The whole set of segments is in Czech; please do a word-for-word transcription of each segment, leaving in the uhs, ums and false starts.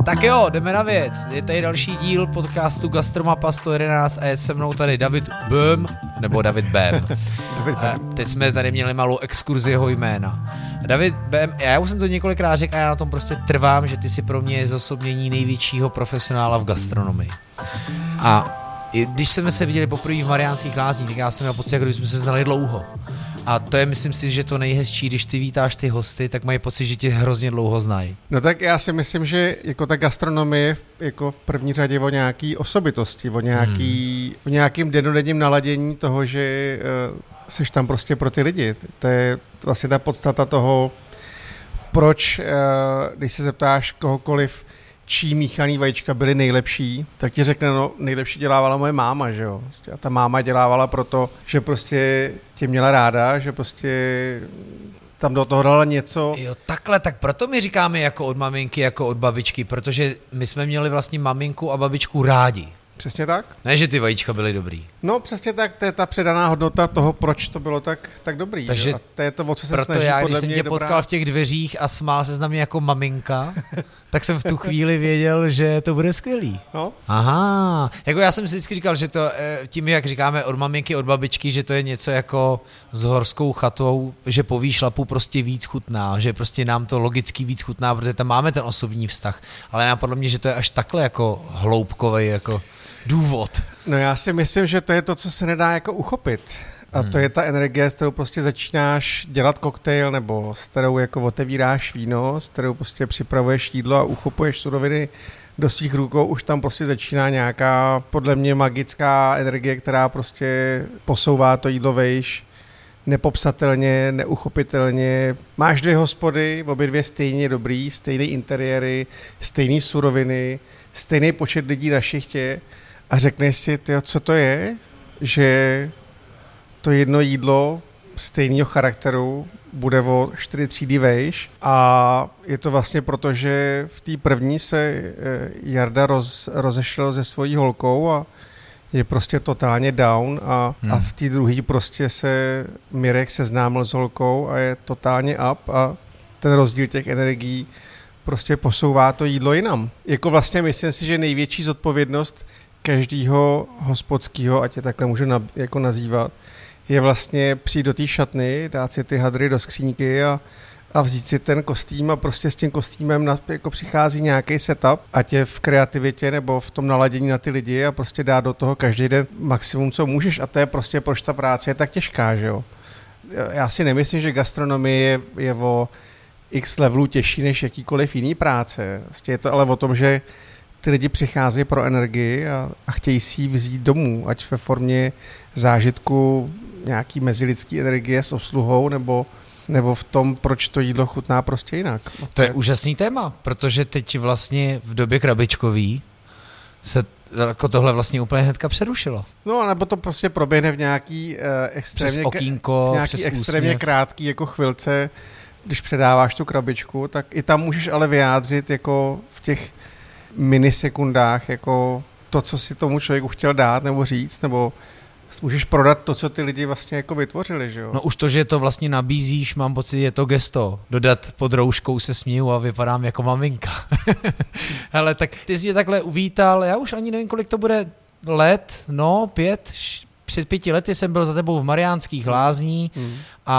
Tak jo, jdeme na věc. Je tady další díl podcastu Gastromapa sto jedenáct a je se mnou tady David Böhm, nebo David Böhm. David Böhm. Teď jsme tady měli malou exkurzi jeho jména. David Böhm, já už jsem to několikrát řekl a já na tom prostě trvám, že ty jsi pro mě zosobnění největšího profesionála v gastronomii. A i když jsme se viděli poprvé v Mariánských Lázních, tak já jsem měl pocit, jako když jsme se znali dlouho. A to je, myslím si, že to nejhezčí, když ty vítáš ty hosty, tak mají pocit, že tě hrozně dlouho znají. No tak já si myslím, že jako ta gastronomie jako v první řadě o nějaký osobitosti, o nějaký, hmm. o nějakým denodenním naladění toho, že uh, seš tam prostě pro ty lidi. To je vlastně ta podstata toho, proč, uh, když se zeptáš kohokoliv, čí míchaný vajíčka byly nejlepší, tak ti řekne, no nejlepší dělávala moje máma, že jo. A ta máma dělávala proto, že prostě tě měla ráda, že prostě tam do toho dala něco. Jo, takhle, tak proto my říkáme jako od maminky, jako od babičky, protože my jsme měli vlastně maminku a babičku rádi. Přesně tak? Ne, že ty vajíčka byly dobrý. No přesně tak, to je ta předaná hodnota toho, proč to bylo tak, tak dobrý. Takže a to je to, o co se proto snaží, já, podle když jsem mě tě dobrá... potkal v těch dveřích a smál se na mě jako maminka, tak jsem v tu chvíli věděl, že to bude skvělý. No. Aha, jako já jsem si vždycky říkal, že to tím, jak říkáme od maminky, od babičky, že to je něco jako s horskou chatou, že po výšlapu prostě víc chutná, že prostě nám to logicky víc chutná, protože tam máme ten osobní vztah, ale napadlo mě, že to je až takhle jako hloubkovej, jako důvod. No já si myslím, že to je to, co se nedá jako uchopit. A hmm. to je ta energie, s kterou prostě začínáš dělat koktejl, nebo s kterou jako otevíráš víno, s kterou prostě připravuješ jídlo a uchopuješ suroviny do svých rukou. Už tam prostě začíná nějaká, podle mě, magická energie, která prostě posouvá to jídlo vejš nepopsatelně, neuchopitelně. Máš dvě hospody, obě dvě stejně dobrý, stejné interiéry, stejné suroviny, stejný počet lidí na šichtě a řekneš si, tyjo, co to je, že to jedno jídlo stejného charakteru bude o čtyři třídy vejš a je to vlastně proto, že v té první se Jarda roz, rozešel se svojí holkou a je prostě totálně down a, hmm. a v té druhé prostě se Mirek seznámil s holkou a je totálně up a ten rozdíl těch energií prostě posouvá to jídlo jinam. Jako vlastně myslím si, že největší zodpovědnost každého hospodského, ať je takhle můžu na, jako nazývat, je vlastně přijít do té šatny, dát si ty hadry do skříňky a, a vzít si ten kostým a prostě s tím kostýmem na, jako přichází nějaký setup, ať je v kreativitě nebo v tom naladění na ty lidi a prostě dát do toho každý den maximum, co můžeš a to je prostě, proč ta práce je tak těžká, že jo. Já si nemyslím, že gastronomie je, je o x levelů těžší než jakýkoliv jiný práce. Vlastně je to ale o tom, že ty lidi přicházejí pro energii a, a chtějí si ji vzít domů, ať ve formě zážitku nějaký mezilidský energie s obsluhou nebo, nebo v tom, proč to jídlo chutná prostě jinak. No, to je úžasný téma, protože teď vlastně v době krabičkový se jako tohle vlastně úplně hnedka přerušilo. No, nebo to prostě proběhne v nějaký uh, extrémně, přes okýnko, v nějaký přes extrémně úsměv. krátký jako chvilce, když předáváš tu krabičku, tak i tam můžeš ale vyjádřit jako v těch minisekundách jako to, co si tomu člověku chtěl dát nebo říct, nebo můžeš prodat to, co ty lidi vlastně jako vytvořili, že jo? No už to, že to vlastně nabízíš, mám pocit, je to gesto. Dodat pod rouškou se směju a vypadám jako maminka. Hele, tak ty jsi mě takhle uvítal, já už ani nevím, kolik to bude let, no pět, š- před pěti lety jsem byl za tebou v Mariánských Lázní hmm.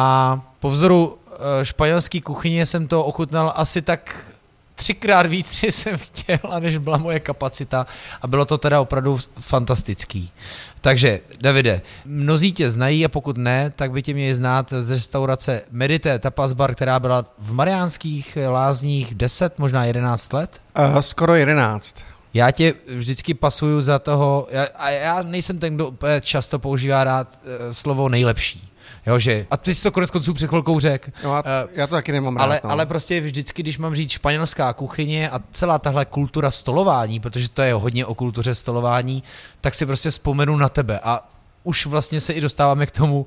a po vzoru e, španělské kuchyně jsem to ochutnal asi tak třikrát víc, než jsem chtěl a než byla moje kapacita a bylo to teda opravdu fantastický. Takže, Davide, mnozí tě znají a pokud ne, tak by tě měli znát z restaurace Medité Tapas Bar, která byla v Mariánských Lázních deset, možná jedenáct let? Uh, skoro jedenáct. Já tě vždycky pasuju za toho, já, a já nejsem ten, kdo často používá rád uh, slovo nejlepší. Jo, že, a ty jsi to konec konců před chvilkou řekl. No a já to taky nemám rád. Ale, no. ale prostě vždycky, když mám říct španělská kuchyně a celá tahle kultura stolování, protože to je hodně o kultuře stolování, tak si prostě vzpomenu na tebe a už vlastně se i dostáváme k tomu,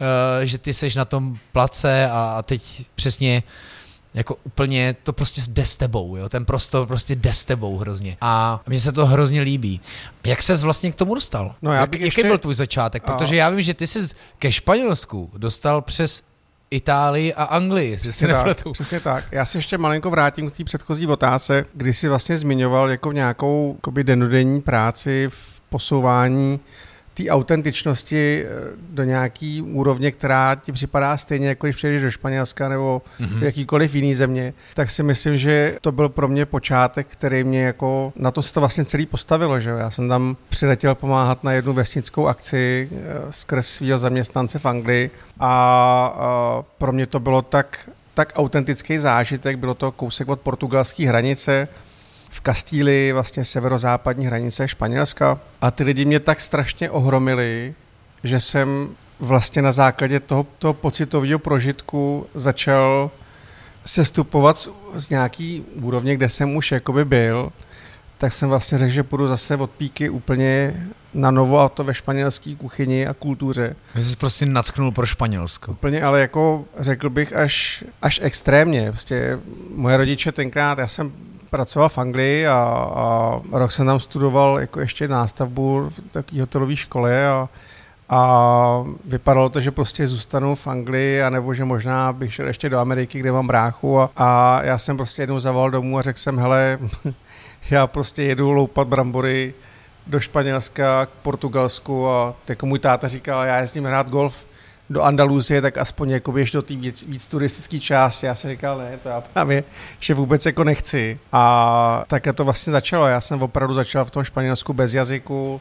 že ty seš na tom place a teď přesně jako úplně to prostě jde s tebou, jo? Ten prostor prostě jde s tebou hrozně. A mně se to hrozně líbí. Jak ses vlastně k tomu dostal? No já Jak, bych jaký ještě... byl tvůj začátek? Protože já vím, že ty jsi ke Španělsku dostal přes Itálii a Anglii, jestli si nepletu. Přesně tak. Já se ještě malinko vrátím k té předchozí otázce, kdy jsi vlastně zmiňoval jako nějakou jakoby denodenní práci v posouvání té autentičnosti do nějaký úrovně, která ti připadá stejně, jako když přijdeš do Španělska nebo mm-hmm. do jakýkoliv jiný země, tak si myslím, že to byl pro mě počátek, který mě jako, na to se to vlastně celý postavilo, že já jsem tam přiletěl pomáhat na jednu vesnickou akci skrz svýho zaměstnance v Anglii a, a pro mě to bylo tak, tak autentický zážitek, bylo to kousek od portugalské hranice, v Kastílii, vlastně severozápadní hranice Španělska. A ty lidi mě tak strašně ohromili, že jsem vlastně na základě toho, toho pocitového prožitku začal sestupovat z, z nějaký úrovně, kde jsem už jakoby byl, tak jsem vlastně řekl, že půjdu zase od píky úplně na novo, a to ve španělské kuchyni a kultuře. Že jsi prostě natchnul pro Španělsko. Úplně, ale jako řekl bych až, až extrémně. Prostě moje rodiče tenkrát, já jsem pracoval v Anglii a, a rok jsem tam studoval jako ještě nástavbu v takové hotelové škole a, a vypadalo to, že prostě zůstanu v Anglii, anebo že možná bych šel ještě do Ameriky, kde mám bráchu a, a já jsem prostě jednou zavolal domů a řekl jsem, hele, já prostě jedu loupat brambory do Španělska, k Portugalsku a jako můj táta říkal, já jezdím hrát golf do Andaluzie, tak aspoň jako běž do té víc, víc turistické části. Já jsem říkal, ne, to já právě, že vůbec jako nechci. A tak to vlastně začalo. Já jsem opravdu začal v tom Španělsku bez jazyku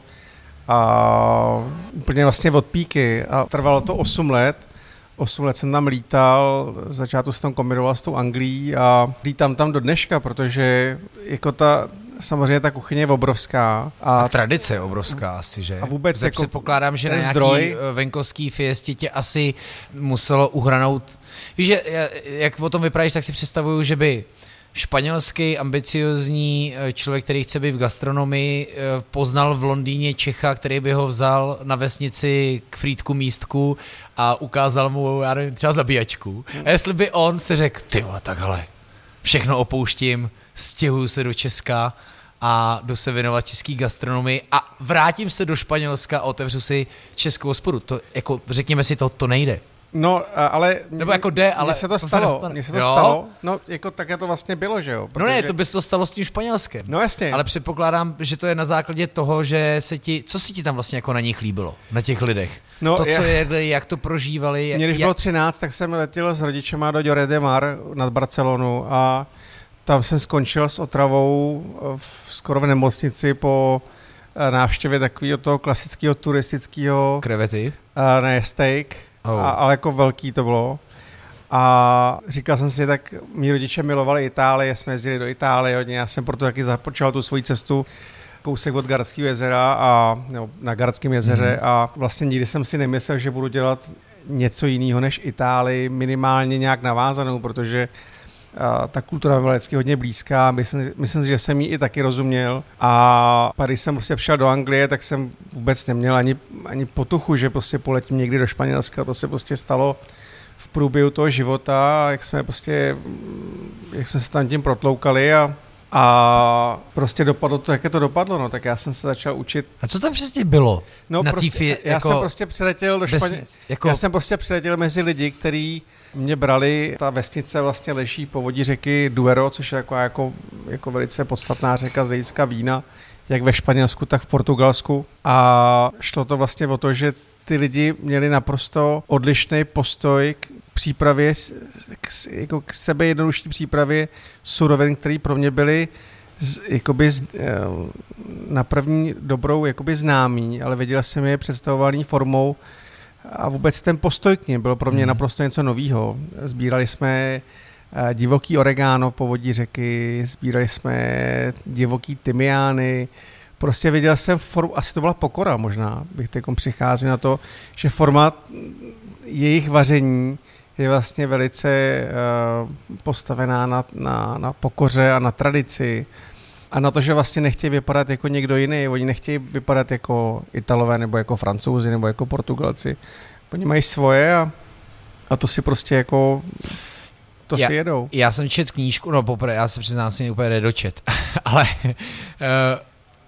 a úplně vlastně od píky. A trvalo to osm let. osm let jsem tam lítal, začátku jsem tam kombinoval s tou Anglií a lítám tam do dneška, protože jako ta samozřejmě ta kuchyně je obrovská. A, a tradice je obrovská asi, že? A vůbec tak jako předpokládám, že na nějaký zdroj venkovský fiestě tě asi muselo uhranout. Víš, že jak o tom vyprávíš, tak si představuju, že by španělský ambiciozní člověk, který chce být v gastronomii, poznal v Londýně Čecha, který by ho vzal na vesnici k frýdku místku a ukázal mu, já nevím, třeba zabíjačku. A jestli by on se řekl, ty vole, takhle, všechno opouštím, stěhuju se do Česka a jdu se věnovat český gastronomii a vrátím se do Španělska a otevřu si českou hospodu. To, jako, řekněme si to, to nejde. No, ale... Nebo jako jde, ale... Mně se to, to stalo, mně se to stalo, no, jako tak to vlastně bylo, že jo? Protože... No ne, to by se to stalo s tím Španělskem. No jasně. Ale předpokládám, že to je na základě toho, že se ti, co se ti tam vlastně jako na nich líbilo, na těch lidech? No, to, co já... jedli, jak to prožívali? Jak... Mně když bylo třináct, tak jsem letěl s rodičema do Lloret de Mar nad Barcelonu a tam jsem skončil s otravou v, skoro v nemocnici po návštěvě takového toho klasického turistického... Krevety? Uh, ne, steak. Oh. A, ale jako velký to bylo. A říkal jsem si, tak mý rodiče milovali Itálii, jsme jezdili do Itálie hodně, já jsem proto taky započal tu svoji cestu kousek od Gardského jezera a no, na Gardském jezeře mm. a vlastně nikdy jsem si nemyslel, že budu dělat něco jiného než Itálii, minimálně nějak navázanou, protože a, ta kultura byla vždycky hodně blízká, myslím, myslím si, že jsem jí i taky rozuměl a když jsem prostě přišel do Anglie, tak jsem vůbec neměl ani, ani potuchu, že prostě poletím někdy do Španělska, to se prostě stalo v průběhu toho života, jak jsme prostě, jak jsme se tam tím protloukali a A prostě dopadlo to, jak je to dopadlo, no, tak já jsem se začal učit. A co tam přesně bylo? No, na prostě, fi, já jako jsem prostě přiletěl do Španělska. Jako... Já jsem prostě přiletěl mezi lidi, kteří mě brali, ta vesnice vlastně leží povodí řeky Duero, což je jako, jako, jako velice podstatná řeka z hlediska vína, jak ve Španělsku, tak v Portugalsku. A šlo to vlastně o to, že ty lidi měli naprosto odlišný postoj k přípravě, k, jako k sebe jednodušší přípravě surovin, které pro mě byly z, jakoby z, na první dobrou jakoby známý, ale věděl jsem je představovaný formou a vůbec ten postoj k nim byl pro mě hmm. naprosto něco novýho. Sbírali jsme divoký oregano po vodí řeky, sbírali jsme divoký tymiány, prostě viděl jsem formu, asi to byla pokora možná, bych teď přichází na to, že forma jejich vaření je vlastně velice uh, postavená na, na, na pokoře a na tradici a na to, že vlastně nechtějí vypadat jako někdo jiný, oni nechtějí vypadat jako Italové nebo jako Francouzi nebo jako Portugalci, oni mají svoje a, a to si prostě jako to já, si jedou. Já jsem čet knížku, no poprvé, já se přiznám, si úplně nedočet, ale uh,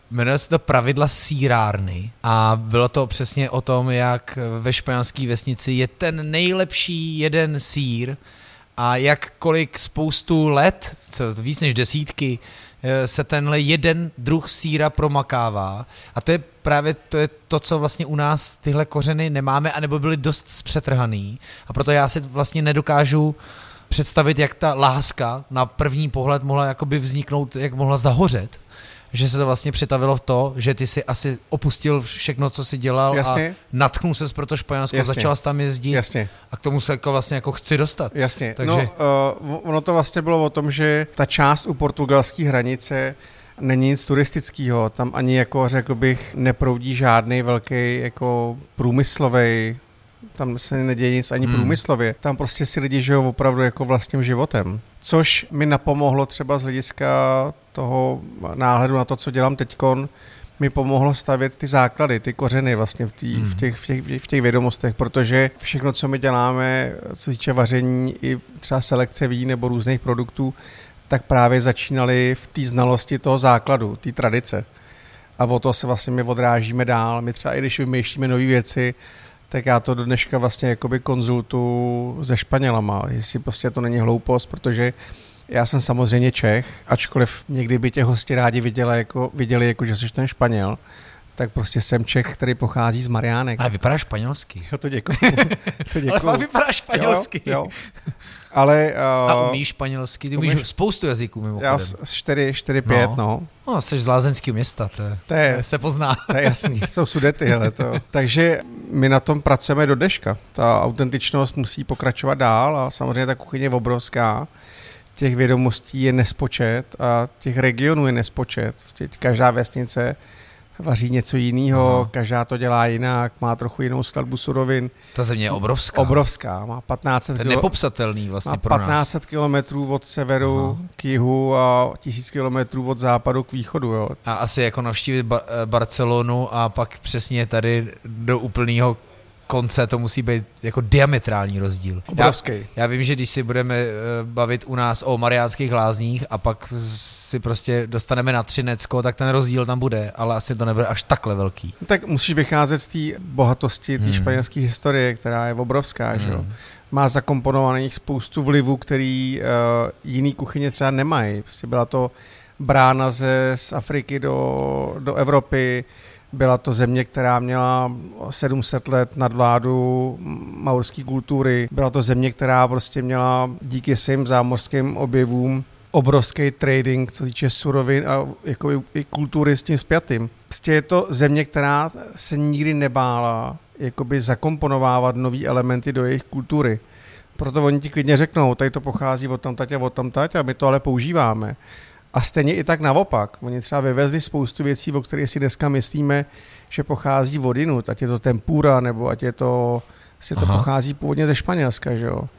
jmenuje se to Pravidla sýrárny a bylo to přesně o tom, jak ve španělské vesnici je ten nejlepší jeden sýr a jak kolik spoustu let, co, víc než desítky, se tenhle jeden druh sýra promakává a to je právě to, je to, co vlastně u nás tyhle kořeny nemáme, anebo byly dost zpřetrhaný a proto já si vlastně nedokážu představit, jak ta láska na první pohled mohla jakoby vzniknout, jak mohla zahořet. Že se to vlastně přetavilo v to, že ty si asi opustil všechno, co si dělal. Jasně. A natknul ses pro to Španělsko, Jasně. začal jsi tam jezdit. Jasně. A k tomu se jako vlastně jako chci dostat. Jasně. Takže... No, uh, ono to vlastně bylo o tom, že ta část u portugalské hranice není nic turistického. Tam ani jako řekl bych neproudí žádný velký jako průmyslový. Tam se neděje nic ani hmm. průmyslově. Tam prostě si lidi žijou opravdu jako vlastním životem. Což mi napomohlo třeba z hlediska toho náhledu na to, co dělám teďkon, mi pomohlo stavět ty základy, ty kořeny vlastně v, tý, hmm. v, těch, v, těch, v těch vědomostech, protože všechno, co my děláme, co se týče vaření i třeba selekce vín nebo různých produktů, tak právě začínali v té znalosti toho základu, té tradice. A o to se vlastně my odrážíme dál. My třeba i když vymýšlíme nové věci, tak já to do dneška vlastně jakoby konzultuju se Španělama, jestli prostě to není hloupost, protože já jsem samozřejmě Čech, ačkoliv někdy by tě hosti rádi viděli jako, viděli jako, že jsi ten Španěl, tak prostě jsem Čech, který pochází z Mariánek. Ale vypadá španělsky. Jo, to děkuju. To děkuju. Ale fakt vypadá španělsky. Jo, jo. Ale, uh, a umíš španělsky? Ty umíš, umíš spoustu jazyků mimochodem. Já čtyři, čtyři, pět, no. No, no jsi z lázeňského města, to, je, to, je, to se pozná. To je jasný, jsou Sudety, hele to. Takže my na tom pracujeme do dneška. Ta autentičnost musí pokračovat dál a samozřejmě ta kuchyně je obrovská. Těch vědomostí je nespočet a těch regionů je nespočet. Každá vesnice vaří něco jiného, Aha. každá to dělá jinak, má trochu jinou skladbu surovin. Ta země je obrovská. Obrovská, má patnáct set kilo... nepopsatelný vlastně má pro nás. patnáct set kilometrů od severu Aha. k jihu a tisíc kilometrů od západu k východu. Jo. A asi jako navštívit ba- Barcelonu a pak přesně tady do úplného konce to musí být jako diametrální rozdíl. Obrovský. Já, já vím, že když si budeme bavit u nás o Mariánských lázních a pak si prostě dostaneme na Třinecko, tak ten rozdíl tam bude, ale asi to nebude až takhle velký. Tak musíš vycházet z té bohatosti, té hmm. španělské historie, která je obrovská, hmm. že jo. Má zakomponovaných spoustu vlivů, který uh, jiný kuchyně třeba nemají. Prostě byla to brána ze, z Afriky do, do Evropy. Byla to země, která měla sedm set let nadvládu maurské kultury. Byla to země, která prostě měla díky svým zámořským objevům obrovský trading, co týče surovin a jako i kultury s tím spjatým. Prostě je to země, která se nikdy nebála jakoby zakomponovávat nový elementy do jejich kultury. Proto oni ti klidně řeknou, tady to pochází od tamtať a od tamtať a my to ale používáme. A stejně i tak naopak. Oni třeba vyvezli spoustu věcí, o kterých si dneska myslíme, že pochází od jinut. Ať je to tempura, nebo ať je to, asi to pochází původně ze Španělska. Že jo?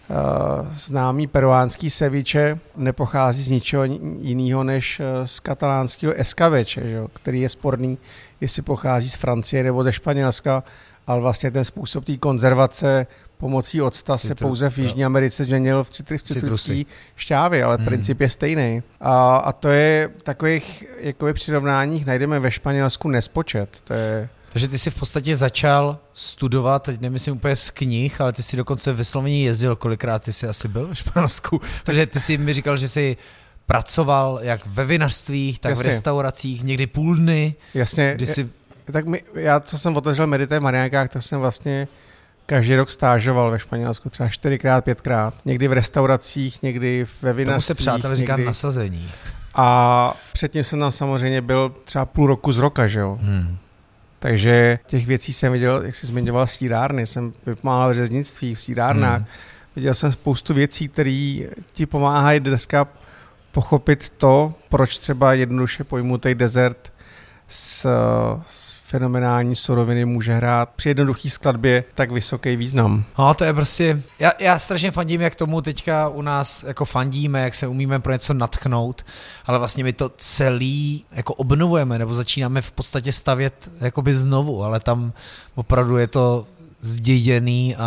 Známý peruánský ceviche nepochází z ničeho jiného než z katalánského escabeche, že jo? Který je sporný, jestli pochází z Francie nebo ze Španělska, ale vlastně ten způsob té konzervace pomocí octa se Citru, pouze v Jižní Americe změnil v, citri, v citrické šťávě, ale mm. princip je stejný. A, a to je takových jakoby přirovnáních najdeme ve Španělsku nespočet. To je... Takže ty jsi v podstatě začal studovat, teď nemyslím úplně z knih, ale ty jsi dokonce vysloveně jezdil, kolikrát ty jsi asi byl ve Španělsku, protože ty jsi mi říkal, že jsi pracoval jak ve vinařstvích, tak Jasně. v restauracích, někdy půl dny. Jasně. Kdy jsi... Tak my, já, co jsem otevřel Medité v Mariánkách, tak jsem vlastně každý rok stážoval ve Španělsku, třeba čtyřikrát, pětkrát. Někdy v restauracích, někdy ve vinařstvích. Tomu se přátelé říká nasazení. A předtím jsem tam samozřejmě byl třeba půl roku z roka, že jo. Hmm. Takže těch věcí jsem viděl, jak jsi zmiňoval, sýrárny, jsem vypomáhal v řeznictví, v sýrárnách. Hmm. Viděl jsem spoustu věcí, které ti pomáhají dneska pochopit to, proč třeba jednoduše pojmutý dezert s, s fenomenální suroviny může hrát při jednoduché skladbě tak vysoký význam. No, to je prostě, já, já strašně fandím, jak tomu teďka u nás jako fandíme, jak se umíme pro něco natchnout, ale vlastně my to celý jako obnovujeme, nebo začínáme v podstatě stavět jakoby znovu, ale tam opravdu je to zděděný a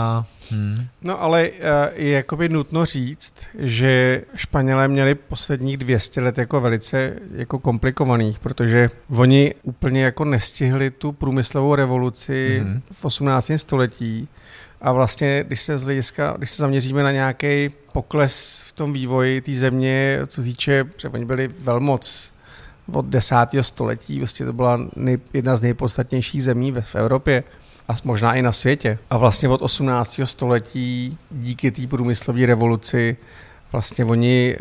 Hmm. No ale je jakoby nutno říct, že Španělé měli posledních dvě stě let jako velice jako komplikovaných, protože oni úplně jako nestihli tu průmyslovou revoluci hmm. v osmnáctém století a vlastně, když se z hlediska, když se zaměříme na nějaký pokles v tom vývoji té země, co týče, protože oni byli velmoc od desátého století, vlastně to byla nej, jedna z nejpodstatnějších zemí v, v Evropě a možná i na světě. A vlastně od osmnáctého století díky té průmyslové revoluci vlastně oni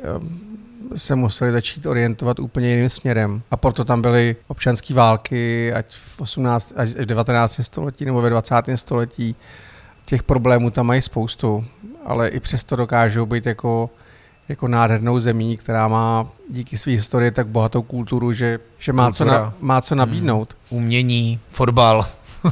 se museli začít orientovat úplně jiným směrem. A proto tam byly občanské války, ať v osmnáctém až v devatenáctém století nebo ve dvacátém století. Těch problémů tam mají spoustu, ale i přesto dokážou být jako, jako nádhernou zemí, která má díky své historii tak bohatou kulturu, že, že má, co na, má co nabídnout. Hmm. Umění, fotbal.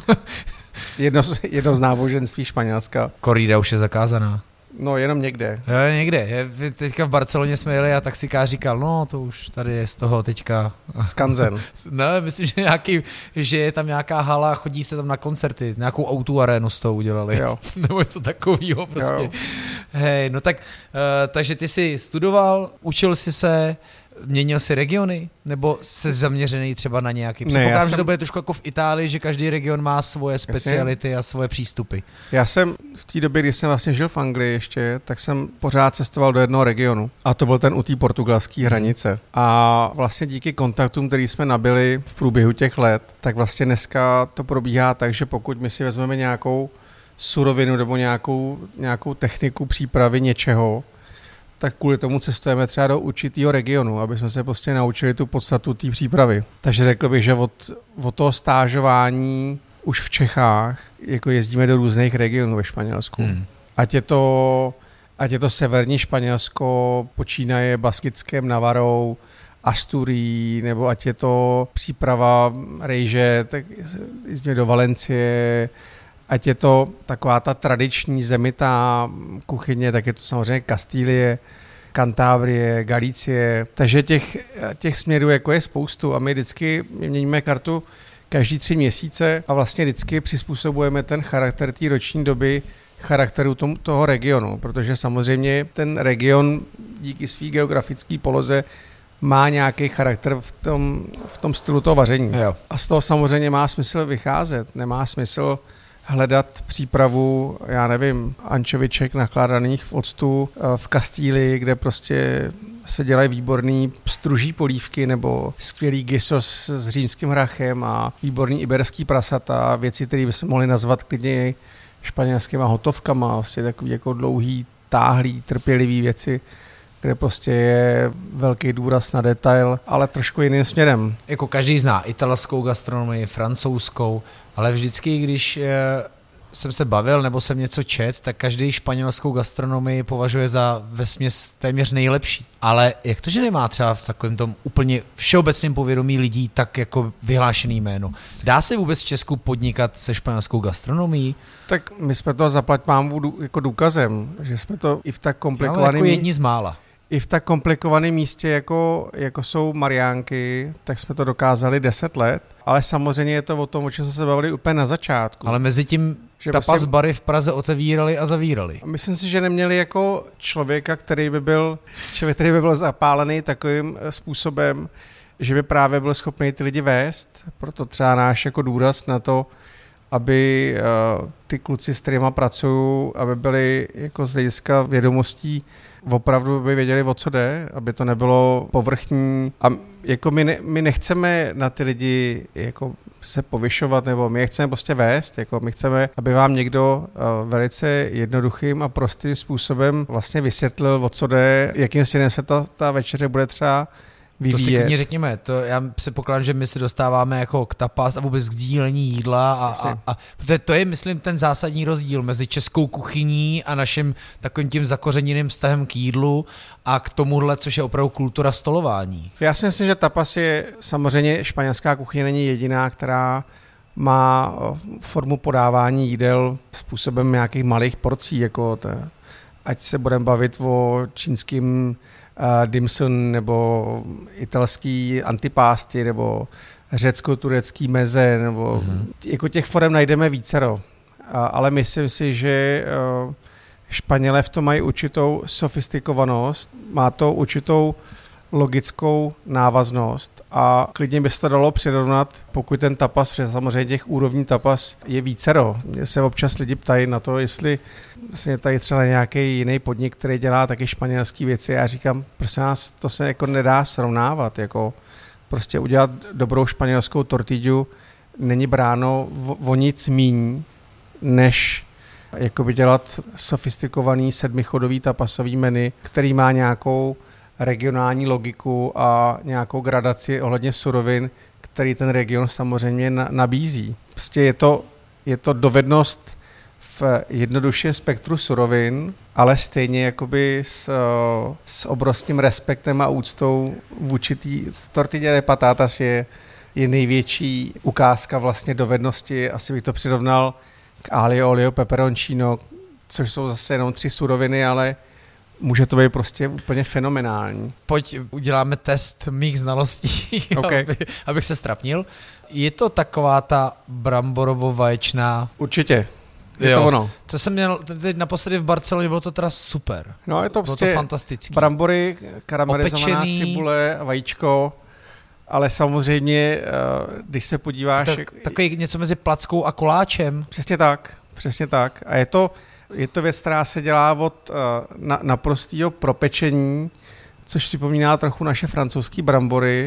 jedno, jedno z náboženství Španělska. Korrida už je zakázaná. No, jenom někde. Jo, někde. Teďka v Barceloně jsme jeli a taxikář říkal, no to už tady je z toho teďka... Skanzen. Ne, myslím, že, nějaký, že je tam nějaká hala, chodí se tam na koncerty, nějakou autu arénu z toho udělali. Jo. Nebo něco takového prostě. Jo. Hej, no tak, uh, takže ty jsi studoval, učil jsi se, měnil si regiony, nebo se zaměřený třeba na nějaký? Předpokládám, jsem... že to bude trošku jako v Itálii, že každý region má svoje speciality Jasně. a svoje přístupy. Já jsem v té době, kdy jsem vlastně žil v Anglii ještě, tak jsem pořád cestoval do jednoho regionu. A to byl ten u té portugalské hranice. A vlastně díky kontaktům, který jsme nabili v průběhu těch let, tak vlastně dneska to probíhá tak, že pokud my si vezmeme nějakou surovinu nebo nějakou, nějakou techniku přípravy něčeho, tak kvůli tomu cestujeme třeba do určitého regionu, aby jsme se prostě naučili tu podstatu té přípravy. Takže řekl bych, že od, od toho stážování už v Čechách jako jezdíme do různých regionů ve Španělsku. Hmm. Ať je to, ať je to severní Španělsko, počínaje Baskickem, Navarou, Asturií, nebo ať je to příprava rejže, tak jezdíme do Valencie, ať je to taková ta tradiční zemitá kuchyně, tak je to samozřejmě Kastílie, Kantábrie, Galicie. Takže těch, těch směrů jako je spoustu a my vždycky měníme kartu každý tři měsíce a vlastně vždycky přizpůsobujeme ten charakter té roční doby charakteru tom, toho regionu, protože samozřejmě ten region díky své geografické poloze má nějaký charakter v tom, v tom stylu toho vaření. Jo. A z toho samozřejmě má smysl vycházet. Nemá smysl hledat přípravu, já nevím, ančoviček nakládaných v octu v Kastílii, kde prostě se dělají výborný struží polívky nebo skvělý gysos s římským hrachem a výborný iberský prasata, věci, které bychom mohli nazvat klidně španělskýma hotovkama, vlastně takový jako dlouhý, táhlý, trpělivý věci, kde prostě je velký důraz na detail, ale trošku jiným směrem. Jako každý zná italskou gastronomii, francouzskou, ale vždycky, když jsem se bavil nebo jsem něco čet, tak každý španělskou gastronomii považuje za vesměs téměř nejlepší. Ale jak to, že nemá třeba v takovém tom úplně všeobecném povědomí lidí tak jako vyhlášený jméno? Dá se vůbec v Česku podnikat se španělskou gastronomií? Tak my jsme to zaplať pámbu jako důkazem, že jsme to i v tak komplikovaném... Ale jako jedni z mála. I v tak komplikovaném místě, jako, jako jsou Mariánky, tak jsme to dokázali deset let, ale samozřejmě je to o tom, o čem jsme se bavili úplně na začátku. Ale mezi tím že tapas prostě bary v Praze otevírali a zavírali. Myslím si, že neměli jako člověka, který by byl, člověk, který by byl zapálený takovým způsobem, že by právě byl schopný ty lidi vést, proto třeba náš jako důraz na to, aby uh, ty kluci, s kterýma pracují, aby byli jako z hlediska vědomostí opravdu by věděli, o co jde, aby to nebylo povrchní. A jako my, ne, my nechceme na ty lidi jako se povyšovat, nebo my je chceme prostě vést. Jako my chceme, aby vám někdo uh, velice jednoduchým a prostým způsobem vlastně vysvětlil, o co jde, jakým směrem se ta, ta večeře bude třeba vyvíjet. To si klidně řekněme, to já se pokládám, že my se dostáváme jako k tapas a vůbec k sdílení jídla a, a, a protože to je, myslím, ten zásadní rozdíl mezi českou kuchyní a naším takovým tím zakořeněným vztahem k jídlu a k tomuhle, což je opravdu kultura stolování. Já si myslím, že tapas je samozřejmě španělská kuchyně není jediná, která má formu podávání jídel způsobem nějakých malých porcí, jako to, ať se budeme bavit o čínským Uh, dim sum, nebo italský antipásty, nebo řecko-turecký meze, nebo mm-hmm. jako těch forem najdeme vícero. ale myslím si, že Španělé v tom mají určitou sofistikovanost, má to určitou logickou návaznost a klidně by se to dalo přirovnat, pokud ten tapas, protože samozřejmě těch úrovní tapas je vícero. Mě se občas lidi ptají na to, jestli vlastně tady třeba nějaký jiný podnik, který dělá taky španělský věci. Já říkám, prosím vás, to se jako nedá srovnávat. Jako prostě udělat dobrou španělskou tortillu není bráno o, o nic míň, než jakoby dělat sofistikovaný sedmichodový tapasový menu, který má nějakou regionální logiku a nějakou gradaci ohledně surovin, který ten region samozřejmě nabízí. Prostě je to, je to dovednost v jednoduše spektru surovin, ale stejně jakoby s, s obrovským respektem a úctou vůči té tortilla de patatas je, je největší ukázka vlastně dovednosti. Asi bych to přirovnal k aglio olio peperoncino, což jsou zase jenom tři suroviny, ale může to být prostě úplně fenomenální. Pojď, uděláme test mých znalostí, okay. aby, abych se strapnil. Je to taková ta bramborovo-vaječná... Určitě. Je jo. to ono. Co jsem měl teď naposledy v Barceloně, bylo to teda super. No je to bylo prostě to fantastický. Brambory, karamelizovaná Opečený. Cibule, vajíčko, ale samozřejmě, když se podíváš... Tak, takový něco mezi plackou a koláčem. Přesně tak, přesně tak. A je to... Je to věc, která se dělá od na, naprostého propečení, což připomíná trochu naše francouzské brambory,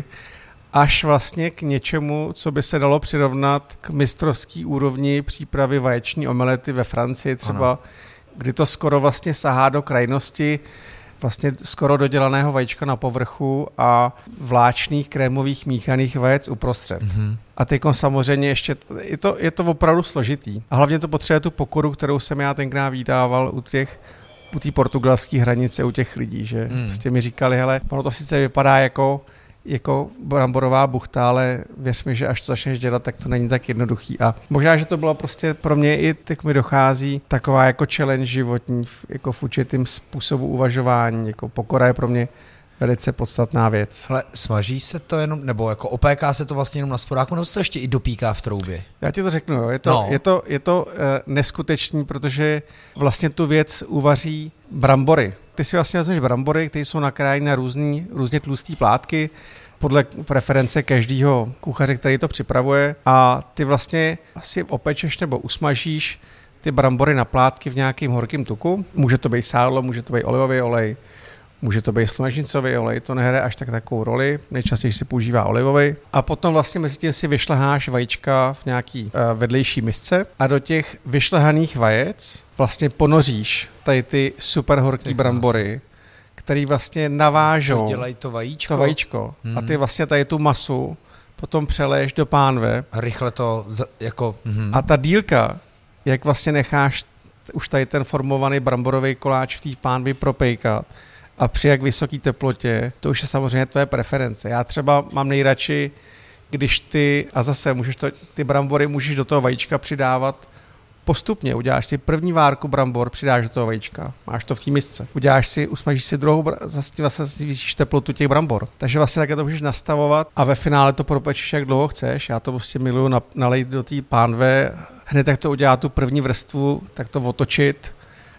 až vlastně k něčemu, co by se dalo přirovnat k mistrovský úrovni přípravy vaječní omelety ve Francii třeba, ano. Kdy to skoro vlastně sahá do krajnosti vlastně skoro dodělaného vajíčka na povrchu a vláčných krémových míchaných vajec uprostřed. Mm-hmm. A teď samozřejmě ještě, je to, je to opravdu složitý. A hlavně to potřebuje tu pokoru, kterou jsem já tenkrát vydával u těch u té portugalské hranice, u těch lidí, že mm. prostě mi říkali, hele, ono to sice vypadá jako jako bramborová buchta, ale věř mi, že až to začneš dělat, tak to není tak jednoduchý. A možná, že to bylo prostě pro mě i tak mi dochází taková jako challenge životní, jako v určitým způsobu uvažování. Jako pokora je pro mě velice podstatná věc. Hele, smaží se to jenom, nebo jako opéká se to vlastně jenom na sporáku, nebo se to ještě i dopíká v troubě? Já ti to řeknu, jo. Je to, no. je to, je to uh, neskutečný, protože vlastně tu věc uvaří brambory. Ty si vlastně vezmeš brambory, které jsou nakrájeny na různý, různě tlustý plátky, podle preference každého kuchaře, který to připravuje, a ty vlastně si opečeš nebo usmažíš ty brambory na plátky v nějakým horkým tuku. Může to být sádlo, může to být olivový olej, může to být slunečnicový olej, to nehraje až tak takovou roli, nejčastěji se používá olivový. A potom vlastně mezi tím si vyšleháš vajíčka v nějaký uh, vedlejší misce a do těch vyšlehaných vajec vlastně ponoříš tady ty super horký brambory, který vlastně navážou to dělají to vajíčko, to vajíčko. Hmm. A ty vlastně tady tu masu potom přeleješ do pánve. A rychle to za, jako... Hmm. A ta dílka, jak vlastně necháš už tady ten formovaný bramborový koláč v té pánvi propejkat a při jak vysoký teplotě, to už je samozřejmě tvé preference. Já třeba mám nejradši, když ty, a zase můžeš to, ty brambory můžeš do toho vajíčka přidávat postupně. Uděláš si první várku brambor, přidáš do toho vajíčka, máš to v té misce. Uděláš si, usmažíš si druhou, zase vlastně zvýšíš teplotu těch brambor. Takže vlastně takhle to můžeš nastavovat a ve finále to propečíš, jak dlouho chceš. Já to prostě miluju na, nalejt do té pánve, hned jak to udělá tu první vrstvu, tak to otočit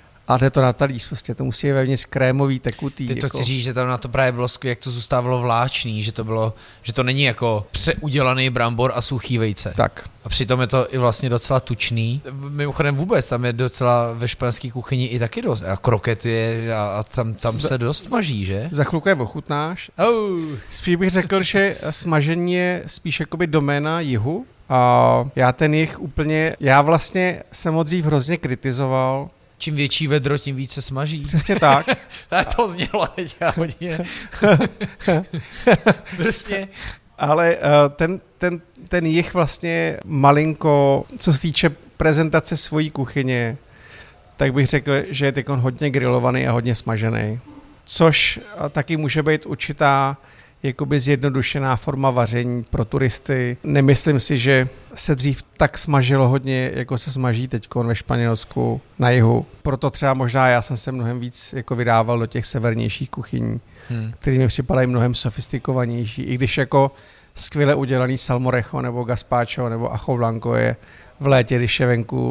a jde to na talíř, prostě to musí být vevnitř krémový, tekutý. Ty to jako... chci říct, že tam na to právě bylo skvělé, jak to zůstávalo vláčný, že to bylo, že to není jako přeudělaný brambor a suchý vejce. Tak. A přitom je to i vlastně docela tučný. Mimochodem vůbec, tam je docela ve španělské kuchyni i taky dost. A krokety a, a tam, tam se dost smaží, že? Za chvilku je ochutnáš. Oh. Spíš bych řekl, že smažení je spíš jakoby doména jihu. A já ten jih úplně, já vlastně jsem ho dřív hrozně kritizoval. Čím větší vedro, tím více smaží. Přesně tak. To znělo teď hodně. Prostě. Ale uh, ten, ten, ten jih vlastně malinko, co se týče prezentace svojí kuchyně, tak bych řekl, že je teď hodně grilovaný a hodně smažený. Což uh, taky může být určitá jakoby zjednodušená forma vaření pro turisty. Nemyslím si, že se dřív tak smažilo hodně, jako se smaží teďkon ve Španělsku na jihu. Proto třeba možná já jsem se mnohem víc jako vydával do těch severnějších kuchyní, hmm. které mi připadají mnohem sofistikovanější. I když jako skvěle udělaný salmorejo nebo gazpacho nebo ajo blanco je v létě, když je venku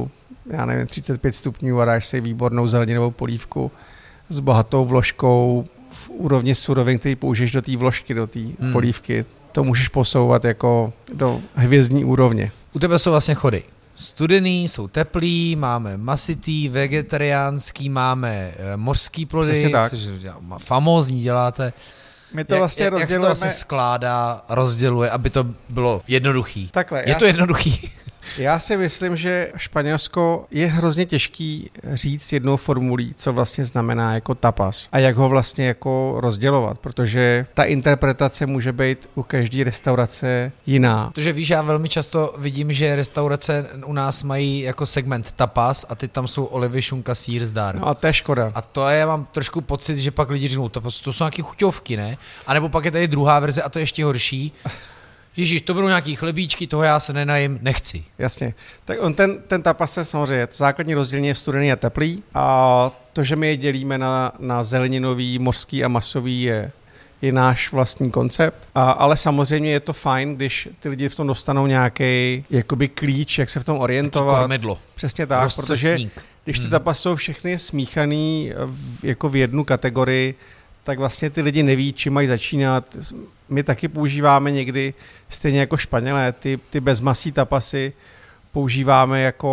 já nevím, třicet pět stupňů a dáš si výbornou zeleninovou polívku s bohatou vložkou v úrovni surovin, který použiješ do té vložky, do té hmm. polívky. To můžeš posouvat jako do hvězdní úrovně. U tebe jsou vlastně chody. Studený, jsou teplý, máme masitý, vegetariánský, máme mořský plody, což famózní děláte. My to jak, vlastně jak, rozdělujeme... Jak se to vlastně skládá, rozděluje, aby to bylo jednoduchý? Takhle. Je to si, jednoduchý? Já si myslím, že Španělsko je hrozně těžký říct jednou formulí, co vlastně znamená jako tapas a jak ho vlastně jako rozdělovat, protože ta interpretace může být u každé restaurace jiná. Protože víš, já velmi často vidím, že restaurace u nás mají jako segment tapas a teď tam jsou olivy, šunka, sýr, zdar. No a to je škoda. A to je, mám trošku pocit, že pak lidi řeknou, tapas, to jsou nějaké chuťovky, ne? A nebo pak je tady druhá verze a to je ještě horší. Ježíš, to budou nějaký chlebíčky, toho já se nenajím, nechci. Jasně. Tak on ten, ten tapas je samozřejmě, to základní rozdělení je studený a teplý a to, že my je dělíme na, na zeleninový, mořský a masový je, je náš vlastní koncept. A, ale samozřejmě je to fajn, když ty lidi v tom dostanou nějaký jakoby klíč, jak se v tom orientovat. Kormidlo. Přesně tak, protože když ty hmm. tapas jsou všechny smíchaný v, jako v jednu kategorii, tak vlastně ty lidi neví, čím mají začínat. My taky používáme někdy, stejně jako Španělé, ty, ty bezmasí tapasy používáme jako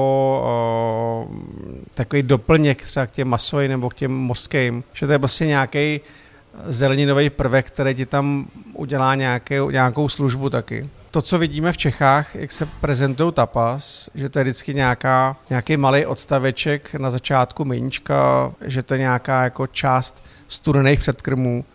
o, takový doplněk třeba k těm masovým nebo k těm mořským, že to je prostě nějaký zeleninový prvek, který ti tam udělá nějaké, nějakou službu taky. To, co vidíme v Čechách, jak se prezentují tapas, že to je vždycky nějaká, nějaký malý odstaveček na začátku meníčka, že to je nějaká jako část studených předkrmů.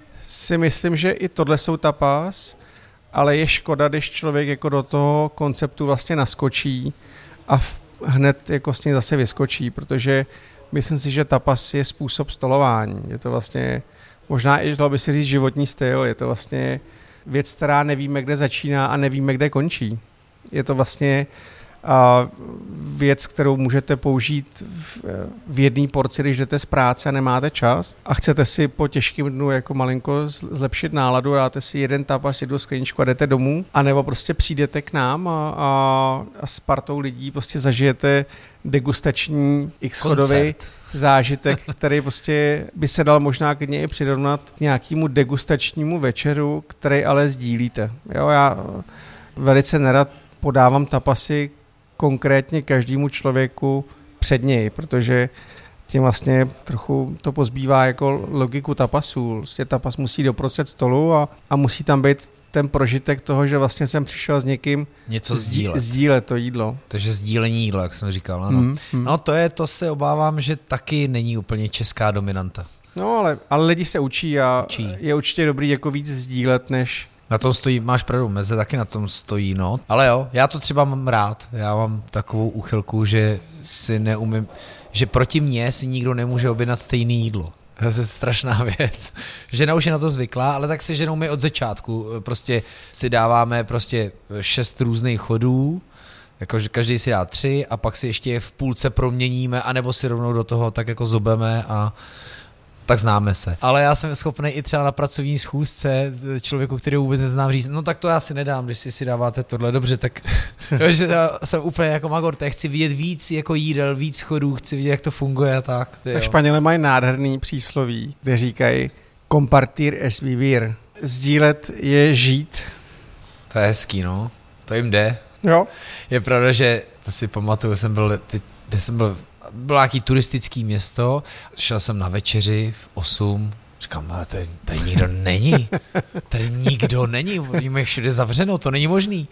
Si myslím, že i tohle jsou tapas, ale je škoda, když člověk jako do toho konceptu vlastně naskočí a v, hned jako s něj zase vyskočí, protože myslím si, že tapas je způsob stolování. Je to vlastně, možná i dalo by si říct životní styl, je to vlastně věc, která nevíme, kde začíná a nevíme, kde končí. Je to vlastně uh, věc, kterou můžete použít v, v jedné porci, když jdete z práce a nemáte čas a chcete si po těžkém dnu jako malinko zlepšit náladu, dáte si jeden tapas, jednu skleničku a jdete domů, anebo prostě přijdete k nám a, a, a s partou lidí prostě zažijete degustační x-chodový zážitek, který prostě by se dal možná klidně i přirovnat k nějakému degustačnímu večeru, který ale sdílíte. Jo, já velice nerad podávám tapasy konkrétně každému člověku před něj, protože tím vlastně trochu to pozbývá jako logiku tapasů. Vlastně tapas musí doprostřed stolu a, a musí tam být ten prožitek toho, že vlastně jsem přišel s někým něco sdílet. sdílet to jídlo. Takže sdílení jídla, jak jsem říkal. Ano. Mm, mm. No to je, to se obávám, že taky není úplně česká dominanta. No ale, ale lidi se učí a učí. Je určitě dobrý jako víc sdílet, než... Na tom stojí, máš pravdu, Meze taky na tom stojí, no. Ale jo, já to třeba mám rád. Já mám takovou úchylku, že si neumím, že proti mně si nikdo nemůže objednat stejné jídlo. To je strašná věc. Žena už je na to zvyklá, ale tak se ženou my od začátku. Prostě si dáváme prostě šest různých chodů, jakože každý si dá tři a pak si ještě v půlce proměníme, anebo si rovnou do toho tak jako zobeme a tak známe se. Ale já jsem schopný i třeba na pracovní schůzce člověku, který vůbec neznám, říct, no tak to já si nedám, když si si dáváte tohle. Dobře, tak že jsem úplně jako Magor, tak chci vidět víc jako jídel, víc chodů, chci vidět, jak to funguje a tak. Tak Španělé mají nádherný přísloví, kde říkají compartir es vivir. Sdílet je žít. To je hezký, no. To jim jde. Jo. Je pravda, že to si pamatuju, jsem byl, ty, kde jsem byl bylo nějaký turistický město, šel jsem na večeři v osm, říkám, ale tady, tady nikdo není, tady nikdo není, mají všude zavřeno, to není možný.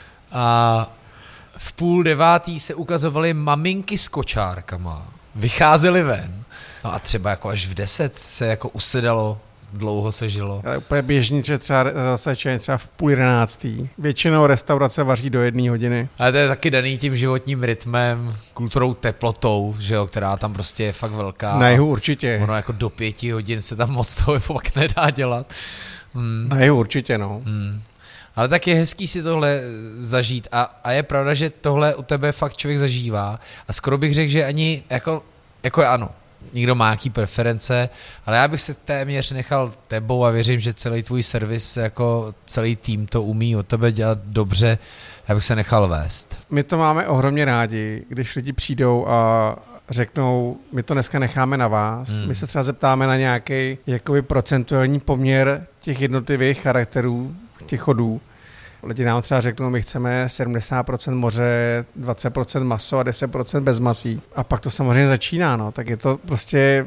A v půl devátý se ukazovaly maminky s kočárkama, vycházely ven, no a třeba jako až v deset se jako usedalo, dlouho se žilo. Ale úplně běžný, že třeba zase třeba v půl jedenáctý. Většinou restaurace vaří do jedné hodiny. Ale to je taky daný tím životním rytmem, kulturou, teplotou, že jo, která tam prostě je fakt velká. Na jihu určitě. Ono jako do pěti hodin se tam moc toho pak nedá dělat. Hmm. Na jihu určitě, no. Hmm. Ale tak je hezký si tohle zažít a, a je pravda, že tohle u tebe fakt člověk zažívá a skoro bych řekl, že ani jako, jako je ano. někdo má nějaký preference, ale já bych se téměř nechal tebou a věřím, že celý tvůj servis, jako celý tým to umí od tebe dělat dobře, já bych se nechal vést. My to máme ohromně rádi, když lidi přijdou a řeknou, my to dneska necháme na vás. Hmm. My se třeba zeptáme na nějaký jakoby procentuální poměr těch jednotlivých charakterů, těch chodů. Lidi nám třeba řeknou, my chceme sedmdesát procent moře, dvacet procent maso a deset procent bez masí. A pak to samozřejmě začíná, no. Tak je to prostě,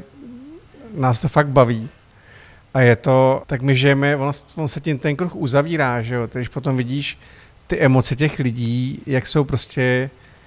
nás to fakt baví. A je to, tak my žijeme, on, on se tím ten kruh uzavírá, že jo. Když potom vidíš ty emoce těch lidí, jak jsou prostě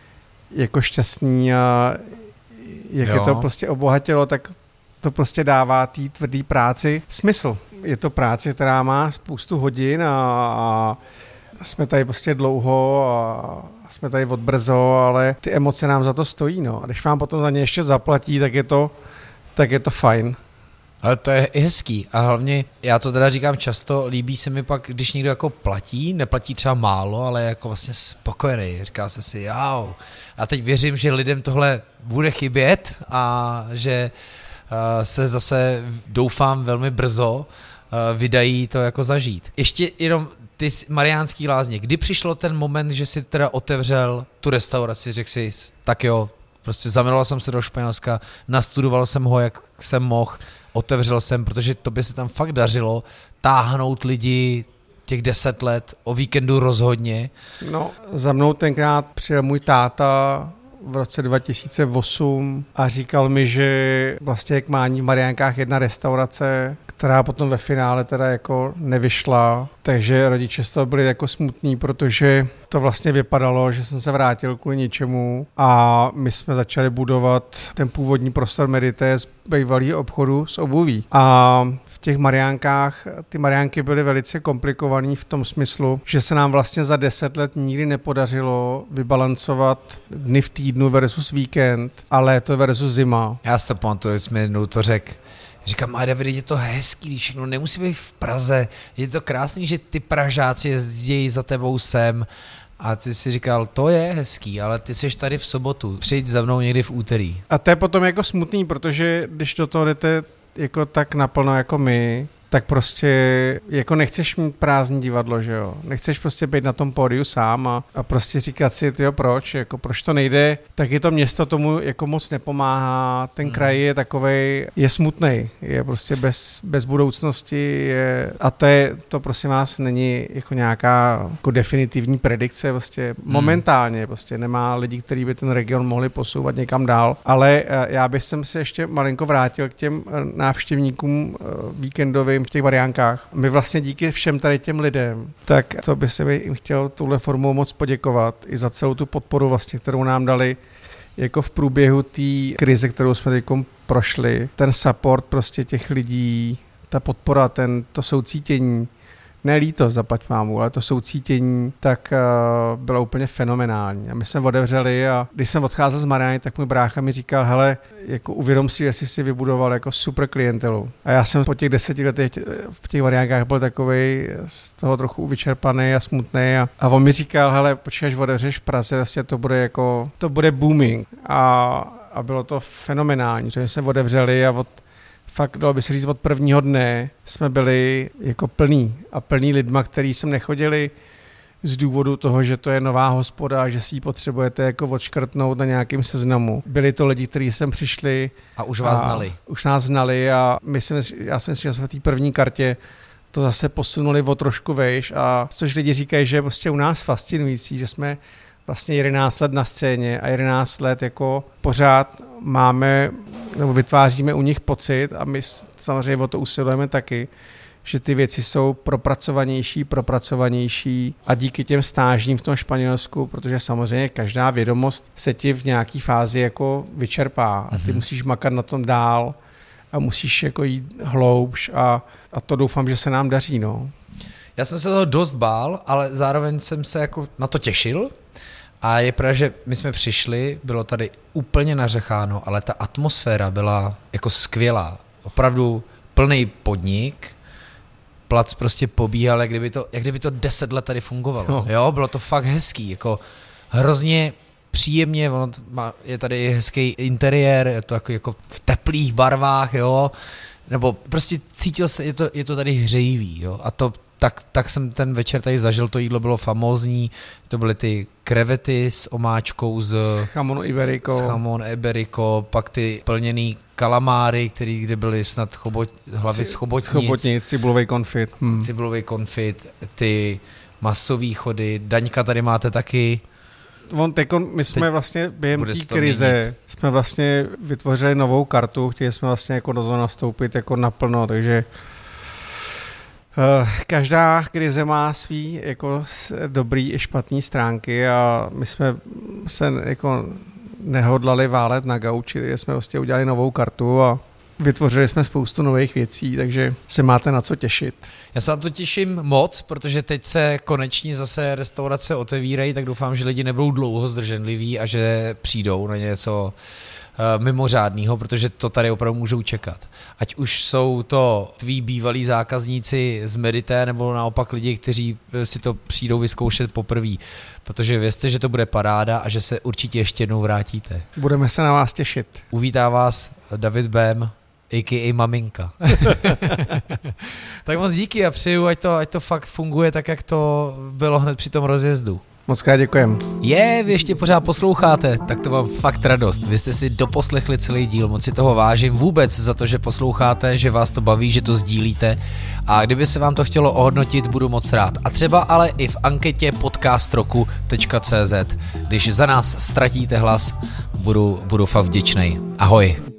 jako šťastní a jak jo. je to prostě obohatilo, tak to prostě dává té tvrdé práci smysl. Je to práce, která má spoustu hodin a, a jsme tady prostě dlouho a jsme tady od brzo, ale ty emoce nám za to stojí, no. A když vám potom za ně ještě zaplatí, tak je to, tak je to fajn. Ale to je i hezký a hlavně, já to teda říkám často, líbí se mi pak, když někdo jako platí, neplatí třeba málo, ale jako vlastně spokojený, říká se si, jau. A teď věřím, že lidem tohle bude chybět a že uh, se zase, doufám, velmi brzo uh, vydají to jako zažít. Ještě jenom ty Mariánský Lázně, kdy přišlo ten moment, že si teda otevřel tu restauraci, řekl si, tak jo, prostě zamiloval jsem se do Španělska, nastudoval jsem ho, jak jsem mohl, otevřel jsem, protože tobě se tam fakt dařilo táhnout lidi těch deset let, o víkendu rozhodně. No, za mnou tenkrát přijel můj táta v roce dva tisíce osm a říkal mi, že vlastně jak má v Mariánkách jedna restaurace, která potom ve finále teda jako nevyšla, takže rodiče z toho byli jako smutní, protože to vlastně vypadalo, že jsem se vrátil kvůli ničemu a my jsme začali budovat ten původní prostor Medité z bývalého obchodu s obuví. A v těch Mariánkách, ty Mariánky byly velice komplikovaný v tom smyslu, že se nám vlastně za deset let nikdy nepodařilo vybalancovat dny v týdnu versus víkend a léto versus zima. Já si to pamatuju, jsme jednou to řekl. Říkám, a David, je to hezký, všechno nemusí být v Praze, je to krásný, že ty Pražáci jezdí za tebou sem a ty si říkal, to je hezký, ale ty jsi tady v sobotu, přijď za mnou někdy v úterý. A to je potom jako smutný, protože když do toho jdete jako tak naplno jako my, tak prostě jako nechceš mít prázdný divadlo, že jo. Nechceš prostě být na tom pódiu sám a, a prostě říkat si, tyjo, proč, jako proč to nejde, tak je to město tomu jako moc nepomáhá, ten kraj je takovej, je smutnej, je prostě bez, bez budoucnosti je, a to je, to prosím vás není jako nějaká jako definitivní predikce, prostě momentálně prostě nemá lidi, kteří by ten region mohli posouvat někam dál, ale já bych sem se ještě malinko vrátil k těm návštěvníkům víkendovým v těch Mariánkách. My vlastně díky všem tady těm lidem, tak to by se mi jim chtěl touhle formou moc poděkovat i za celou tu podporu vlastně, kterou nám dali jako v průběhu té krize, kterou jsme teď prošli. Ten support prostě těch lidí, ta podpora, ten, to soucítění, ne lítost, zaplať mámu, ale to soucítění, tak uh, bylo úplně fenomenální. A my jsme otevřeli a když jsem odcházel z Mariány, tak můj brácha mi říkal, hele, jako uvědom si, jestli si vybudoval jako super klientelu. A já jsem po těch deseti letech v těch Mariánkách byl takovej z toho trochu vyčerpaný a smutný a, a on mi říkal, hele, počkej, až otevřeš v Praze, vlastně to bude jako, to bude booming. A, a bylo to fenomenální, že jsme otevřeli a od fakt, dalo by se říct, od prvního dne jsme byli jako plný a plný lidma, který sem nechodili z důvodu toho, že to je nová hospoda, že si ji potřebujete jako odškrtnout na nějakém seznamu. Byli to lidi, kteří sem přišli. A už vás a znali. Už nás znali a myslím, já si myslím, že jsme v té první kartě to zase posunuli o trošku vejš, a což lidi říkají, že je prostě u nás fascinující, že jsme vlastně jedenáct let na scéně a jedenáct let jako pořád máme nebo vytváříme u nich pocit a my samozřejmě o to usilujeme taky, že ty věci jsou propracovanější, propracovanější a díky těm stážím v tom Španělsku, protože samozřejmě každá vědomost se ti v nějaký fázi jako vyčerpá a ty musíš makat na tom dál a musíš jako jít hloubš a, a to doufám, že se nám daří, no. Já jsem se toho dost bál, ale zároveň jsem se jako na to těšil. A je pravda, že my jsme přišli, bylo tady úplně nařecháno, ale ta atmosféra byla jako skvělá. Opravdu plný podnik, plac prostě pobíhal, jak kdyby to, jak kdyby to deset let tady fungovalo. No. Jo, bylo to fakt hezký, jako hrozně příjemně, ono má, je tady hezký interiér, je to jako, jako v teplých barvách, jo, nebo prostě cítil se, je to, je to tady hřejivý, jo, a to tak, tak jsem ten večer tady zažil, to jídlo bylo famózní, to byly ty krevety s omáčkou z... S chamon iberico. S chamon iberico, pak ty plněný kalamáry, který, kde byly snad chobot, hlavy z chobotnic. Chobotnic, cibulový konfit. Hmm. Cibulový konfit, ty masový chody, Daňka tady máte taky. On teko, my jsme vlastně během té krize měnit. jsme vlastně vytvořili novou kartu, chtěli jsme vlastně jako do toho nastoupit jako naplno, takže uh, každá krize má svý jako dobrý i špatný stránky a my jsme se jako nehodlali válet na gauči, jsme vlastně udělali novou kartu a vytvořili jsme spoustu nových věcí, takže se máte na co těšit. Já se na to těším moc, protože teď se konečně zase restaurace otevírají, tak doufám, že lidi nebudou dlouho zdrženliví a že přijdou na něco uh, mimořádného, protože to tady opravdu můžou čekat. Ať už jsou to tví bývalí zákazníci z Medité, nebo naopak lidi, kteří si to přijdou vyzkoušet poprvé, protože vězte, že to bude paráda a že se určitě ještě jednou vrátíte. Budeme se na vás těšit. Uvítá vás David Bém, a ká a maminka. Tak moc díky a přeju, ať to, ať to fakt funguje tak, jak to bylo hned při tom rozjezdu. Moc krát děkujem. Je, vy ještě pořád posloucháte, tak to mám fakt radost. Vy jste si doposlechli celý díl, moc si toho vážím vůbec za to, že posloucháte, že vás to baví, že to sdílíte a kdyby se vám to chtělo ohodnotit, budu moc rád. A třeba ale i v anketě podcast roku tečka cé zet, když za nás ztratíte hlas, budu, budu fakt vděčnej. Ahoj.